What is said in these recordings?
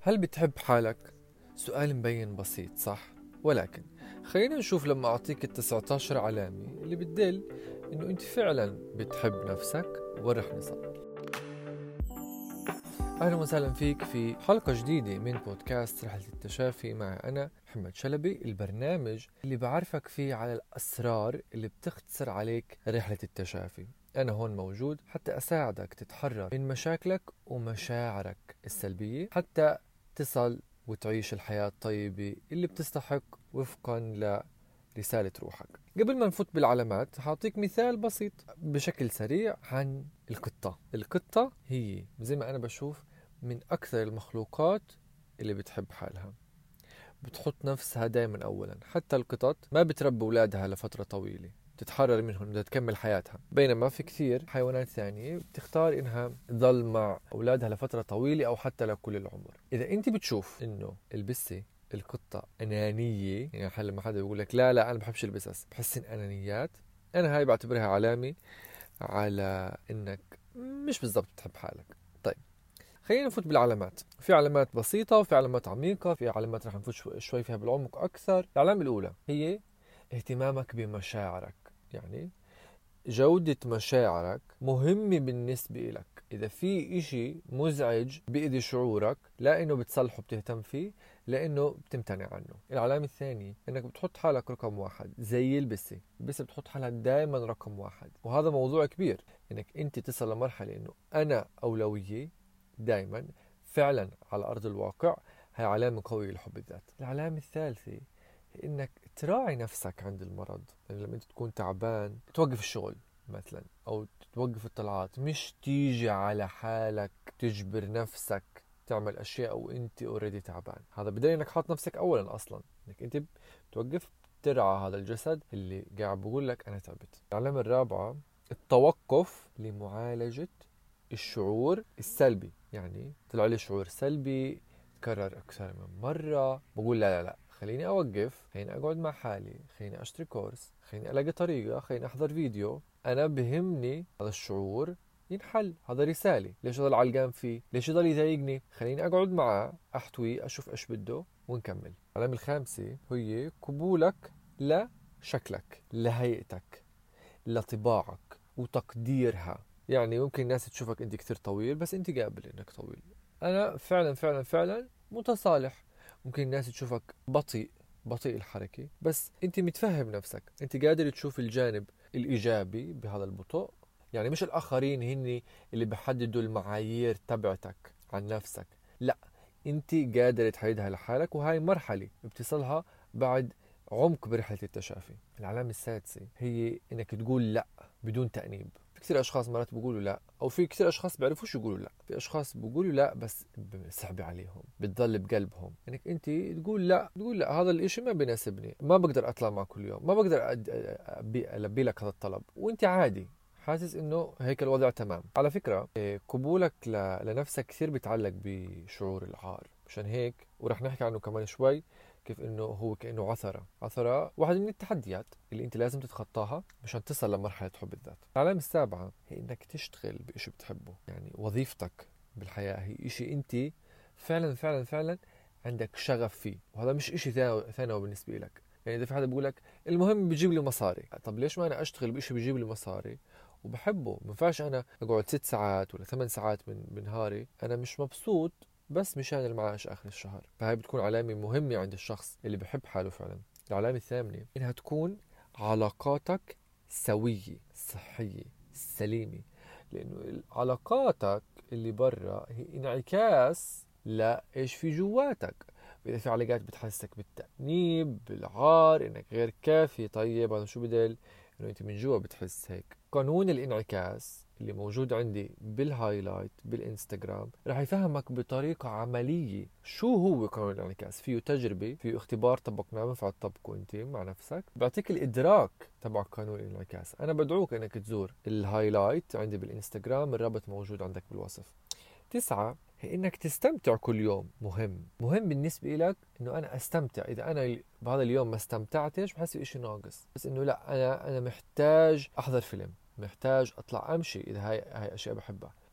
هل بتحب حالك؟ سؤال مبين بسيط صح؟ ولكن خلينا نشوف لما أعطيك ال19 علامة اللي بتدل إنه أنت فعلا بتحب نفسك وين رح نصل. أهلا وسهلا فيك في حلقة جديدة من بودكاست رحلة التشافي مع أنا محمد شلبي، البرنامج اللي بعرفك فيه على الأسرار اللي بتختصر عليك رحلة التشافي. أنا هون موجود حتى أساعدك تتحرر من مشاكلك ومشاعرك السلبية حتى تصل وتعيش الحياة الطيبة اللي بتستحق وفقا لرسالة روحك. قبل ما نفوت بالعلامات هعطيك مثال بسيط بشكل سريع عن القطة. القطة هي زي ما أنا بشوف من أكثر المخلوقات اللي بتحب حالها، بتحط نفسها دائما أولا. حتى القطط ما بتربي أولادها لفترة طويلة، تتحرر منهم بدها تكمل حياتها، بينما في كثير حيوانات ثانية بتختار إنها تظل مع أولادها لفترة طويلة أو حتى لكل العمر. إذا أنت بتشوف إنه البسة القطة أنانية، يعني لما حدا يقول لك لا أنا بحبش البسس بحس إن أنانيات، أنا هاي بعتبرها علامة على إنك مش بالضبط بتحب حالك. طيب خلينا نفوت بالعلامات. في علامات بسيطة وفي علامات عميقة، في علامات رح نفوت شوي فيها بالعمق أكثر. العلامة الأولى هي اهتمامك بمشاعرك، يعني جودة مشاعرك مهمة بالنسبة لك. إذا في إشي مزعج بإذي شعورك، لا إنه بتصلحه بتهتم فيه، لأنه بتمتنع عنه. العلامة الثانية إنك بتحط حالك رقم واحد، زي البسة بتحط حالها دائما رقم واحد، وهذا موضوع كبير. إنك أنت تصل لمرحلة إنه أنا أولوية دائما فعلا على أرض الواقع، هي علامة قوية لحب الذات. العلامة الثالثة انك تراعي نفسك عند المرض، يعني لما انت تكون تعبان توقف الشغل مثلا او توقف الطلعات، مش تيجي على حالك تجبر نفسك تعمل اشياء وانت اوريدي تعبان. هذا بدل انك حاط نفسك اولا اصلا، انك انت بتوقف ترعى هذا الجسد اللي قاعد بقول لك انا تعبت. العلامة الرابعة التوقف لمعالجة الشعور السلبي، يعني طلع لي شعور سلبي تكرر أكثر من مرة، بقول لا خليني أوقف، خليني أقعد مع حالي، خليني أشتري كورس، خليني ألاقي طريقة، خليني أحضر فيديو. أنا بهمني هذا الشعور ينحل، هذا رسالة. ليش أضل علقان فيه؟ ليش يضل يضايقني؟ خليني أقعد معه، أحتويه، أشوف إيش بده ونكمل. العلامة الخامسة هي قبولك لشكلك، لهيئتك، لطباعك وتقديرها. يعني ممكن الناس تشوفك انت كثير طويل بس انت قابل انك طويل، انا فعلا متصالح. ممكن الناس تشوفك بطيء الحركة بس انت متفهم نفسك، انت قادر تشوف الجانب الايجابي بهذا البطء. يعني مش الاخرين هن اللي بحددوا المعايير تبعتك عن نفسك، لا، انت قادر تحددها لحالك، وهاي مرحلة بتصلها بعد عمق برحلة التشافي. العلامة السادسة هي انك تقول لا بدون تأنيب. في كثير اشخاص مرات بيقولوا لا، او في كثير اشخاص بيعرفوش يقولوا لا. في اشخاص بيقولوا لا بس صعب عليهم، بتضل بقلبهم. انك انت تقول لا هذا الاشي ما بيناسبني، ما بقدر اطلع معك كل يوم، ما بقدر البي لك هذا الطلب، وانت عادي حاسس انه هيك الوضع تمام. على فكرة قبولك لنفسك كثير بيتعلق بشعور العار، مشان هيك ورح نحكي عنه كمان شوي، كيف انه هو كأنه عثرة واحد من التحديات اللي انت لازم تتخطاها مشان تصل لمرحلة حب الذات. العلامة السابعة هي انك تشتغل بإشي بتحبه، يعني وظيفتك بالحياة هي إشي انت فعلا عندك شغف فيه، وهذا مش إشي ثانوي بالنسبة لك. يعني إذا في حدا بيقول لك المهم بيجيب لي مصاري، طب ليش ما أنا أشتغل بإشي بيجيب لي مصاري وبحبه؟ ما ينفعش أنا أقعد 6 ساعات ولا 8 ساعات من نهاري أنا مش مبسوط بس مشان المعاش آخر الشهر. فهي بتكون علامة مهمة عند الشخص اللي بحب حاله فعلا. العلامة الثامنة إنها تكون علاقاتك سوية، صحية، سليمة، لأنه علاقاتك اللي برا هي انعكاس لإيش في جواتك. إذا في علاقات بتحسسك بالتأنيب، بالعار، إنك غير كافي، طيب هذا شو بدل؟ إنه أنت من جوا بتحس هيك. قانون الانعكاس اللي موجود عندي بالهايلايت بالإنستغرام رح يفهمك بطريقة عملية شو هو قانون الانعكاس. فيه تجربة، فيه اختبار طبقناه بنفع تطبقه أنت مع نفسك، بيعطيك الإدراك تبع قانون الانعكاس. أنا بدعوك إنك تزور الهايلايت عندي بالإنستغرام، الرابط موجود عندك بالوصف. 9 هي انك تستمتع كل يوم. مهم بالنسبة لك انه انا استمتع. اذا انا بهذا اليوم ما استمتعتش بحس بشيء ناقص، بس انه لا، انا محتاج احضر فيلم، محتاج اطلع امشي اذا هاي اشياء بحبها.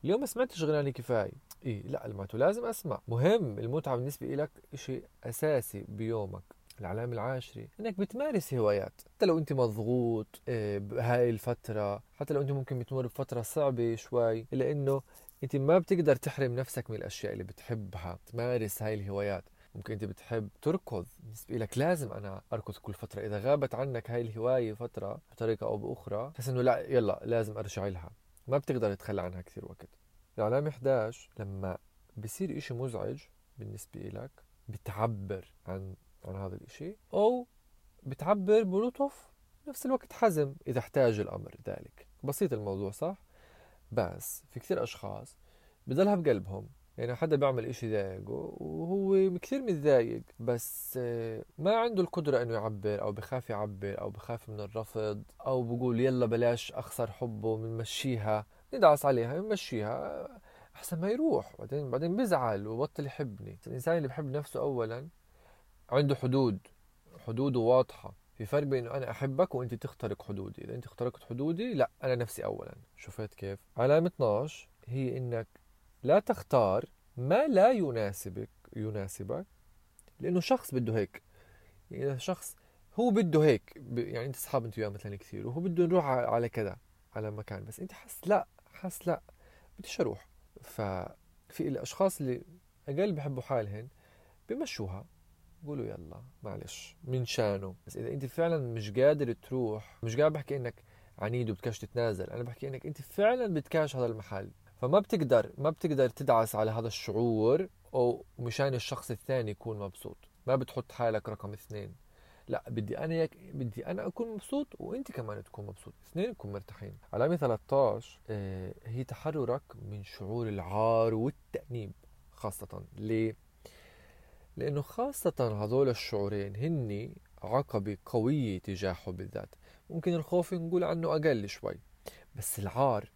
اليوم ما سمعتش غناني كفاية. إيه لا، معناته لازم أسمع. مهم، المتعة بالنسبة لك إشي أساسي بيومك. العلامة العاشرة إنك بتمارس هوايات حتى لو أنت مضغوط بهاي الفترة، حتى لو أنت ممكن بتمر بفترة صعبة شوي، إلا إنه أنت ما بتقدر تحرم نفسك من الأشياء اللي بتحبها. تمارس هاي الهوايات. ممكن أنت بتحب تركض، بالنسبة لك لازم أنا أركض كل فترة. إذا غابت عنك هاي الهواية فترة بطريقة أو بأخرى، تحس إنه لا يلا لازم أرجع لها، ما بتقدر تتخلى عنها كثير وقت. العلامة 11 لما بصير إشي مزعج بالنسبة لك، بتعبر عن هذا الإشي، أو بتعبر بلطف نفس الوقت حزم إذا احتاج الأمر ذلك. بسيط الموضوع صح؟ بس في كثير أشخاص بضلها بقلبهم. يعني حدا بيعمل إشي ضايقه وهو كثير متضايق، بس ما عنده القدرة إنه يعبر، أو بخاف يعبر، أو بخاف من الرفض، أو بقول يلا بلاش أخسر حبه بنمشيها، ندعس عليها بنمشيها أحسن ما يروح. بعدين بزعل وبطل يحبني. الإنسان اللي بحب نفسه أولا عنده حدوده واضحة. في فرق بين انه انا احبك وانت تخترق حدودي. اذا انت اخترقت حدودي، لا، انا نفسي اولا. شفت كيف؟ علامة 12 هي انك لا تختار ما لا يناسبك لانه شخص بده هيك. يعني اذا شخص هو بده هيك، يعني انت اصحاب انت وياه مثلا كثير، وهو بده نروح على كذا، على مكان، بس انت حس لا بديش اروح. ففي الاشخاص اللي اقل بحبوا حالهن بمشوها، قولوا يلا معلش من شانه. بس اذا انت فعلا مش قادر تروح، مش قاعد بحكي انك عنيد وبتكاش تتنازل، انا بحكي انك انت فعلا بتكاش هذا المحل، فما بتقدر تدعس على هذا الشعور او مشان الشخص الثاني يكون مبسوط. ما بتحط حالك رقم اثنين. لا، بدي انا اكون مبسوط وانت كمان تكون مبسوط، اثنين نكون مرتاحين. علامة 13 هي تحررك من شعور العار والتأنيب. خاصة ليه؟ لأنه خاصة هذول الشعورين هن عقبة قوية تجاه حب الذات. ممكن الخوف نقول عنه أقل شوي، بس العار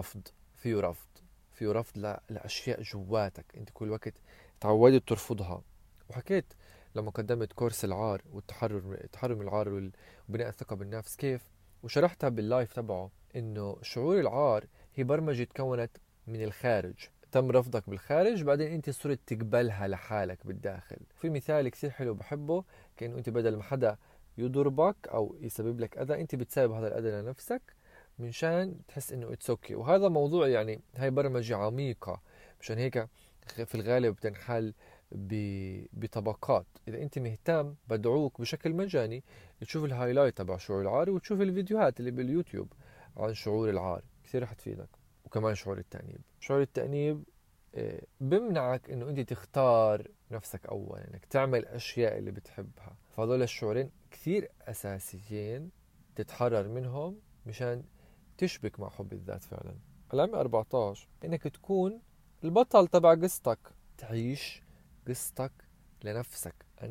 فيه رفض لأشياء جواتك أنت كل وقت تعودت ترفضها. وحكيت لما قدمت كورس العار والتحرر من العار وبناء الثقة بالنفس كيف، وشرحتها باللايف تبعه إنه شعور العار هي برمجة تكونت من الخارج. تم رفضك بالخارج، بعدين انت صرت تقبلها لحالك بالداخل. في مثال كثير حلو بحبه، كأنه انت بدل ما حدا يضربك او يسبب لك اذى، انت بتسبب هذا الاذى لنفسك منشان تحس انه اتس اوكي. وهذا موضوع يعني هاي برمجة عميقة، مشان هيك في الغالب بتنحل بطبقات. اذا انت مهتم بدعوك بشكل مجاني تشوف الهايلايت تبع شعور العار، وتشوف الفيديوهات اللي باليوتيوب عن شعور العار، كثير رح تفيدك. وكمان شعور التأنيب بمنعك انه انت تختار نفسك اولا، انك تعمل اشياء اللي بتحبها. فهذول الشعورين كثير اساسيين تتحرر منهم مشان تشبك مع حب الذات فعلا. علامة 14 انك تكون البطل تبع قصتك، تعيش قصتك لنفسك.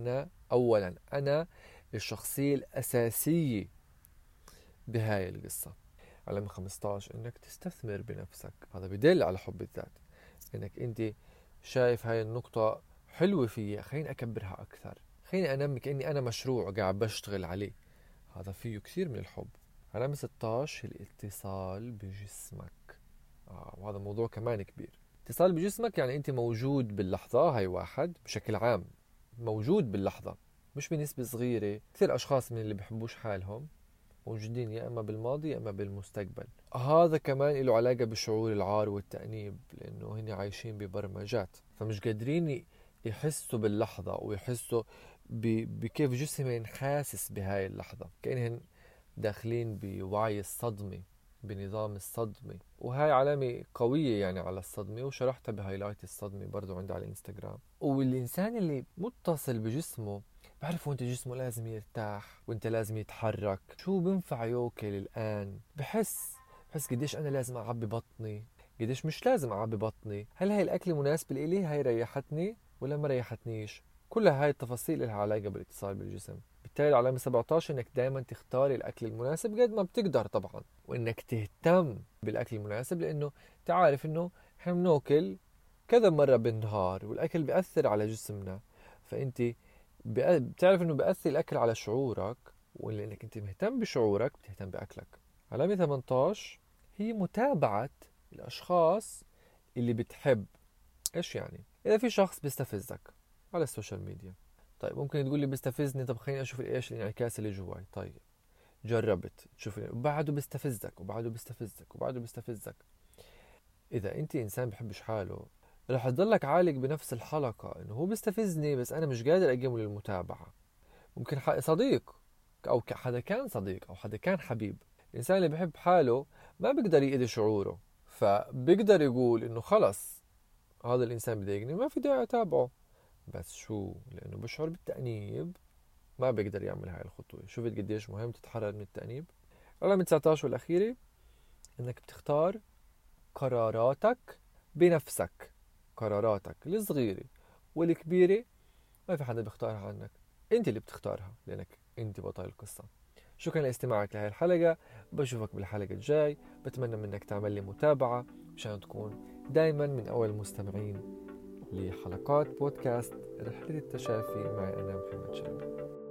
انا الشخصية الاساسية بهاي القصة. علامة 15 انك تستثمر بنفسك. هذا بدل على حب الذات، انك انت شايف هاي النقطة حلوة فيا، خليني اكبرها اكثر، خليني انمي كأني انا مشروع قاعد بشتغل عليه. هذا فيه كثير من الحب. علامة 16 الاتصال بجسمك. وهذا موضوع كمان كبير. اتصال بجسمك يعني انت موجود باللحظة. هاي واحد بشكل عام موجود باللحظة، مش بنسبة صغيرة. كثير اشخاص من اللي بحبوش حالهم موجودين يا اما بالماضي يا اما بالمستقبل. هذا كمان له علاقة بشعور العار والتأنيب، لانه هن عايشين ببرمجات، فمش قادرين يحسوا باللحظة ويحسوا بكيف جسمهم حاسس بهاي اللحظة، كأنهم داخلين بوعي الصدمة، بنظام الصدمة. وهاي علامة قوية يعني على الصدمة، وشرحتها بهايلايت الصدمة برضو عندي على الانستغرام. والإنسان اللي متصل بجسمه بعرف وانت جسمه لازم يرتاح وانت لازم يتحرك، شو بنفع يوكل الآن. بحس قديش أنا لازم أعبي بطني، قديش مش لازم أعبي بطني، هل هاي الأكلة مناسبة لإلي، هاي ريحتني ولا ما ريحتنيش. كل هاي التفاصيل لها علاقة بالاتصال بالجسم. بالتالي العلامة 17 انك دائما تختاري الاكل المناسب قد ما بتقدر طبعا، وانك تهتم بالاكل المناسب، لانه تعرف انه احنا بناكل كذا مرة بالنهار والاكل بيأثر على جسمنا. فانت بتعرف انه بيأثر الاكل على شعورك، ولانك انت مهتم بشعورك بتهتم باكلك. علامة 18 هي متابعة الاشخاص اللي بتحب. إيش يعني؟ إذا في شخص بيستفزك على السوشيال ميديا، طيب ممكن تقول لي بيستفزني، طب خليني أشوف إيش الانعكاس اللي جواي. طيب جربت تشوف وبعده بيستفزك وبعده بيستفزك وبعده بيستفزك. إذا أنت إنسان بحبش حاله، رح تضلك عالق بنفس الحلقة، إنه هو بيستفزني بس أنا مش قادر أقيمه للمتابعة. ممكن صديق، أو حدا كان صديق أو حدا كان حبيب، الإنسان اللي بحب حاله ما بيقدر يأذي شعوره، فبيقدر يقول إنه خلص هذا الإنسان بضايقني ما في داعي أتابعه. بس شو، لأنه بشعر بالتأنيب ما بيقدر يعمل هاي الخطوة. شفت قديش مهم تتحرر من التأنيب؟ رقم 19 والأخيرة، إنك بتختار قراراتك بنفسك. قراراتك الصغيرة والكبيرة ما في حدا بيختارها عنك، انت اللي بتختارها لانك انت بطل القصة. شكرا لاستماعك لهي الحلقة، بشوفك بالحلقة الجاي. بتمنى منك تعمل لي متابعة مشان تكون دايما من اول المستمعين لحلقات بودكاست رحلة التشافي معي انا محمد شلبي.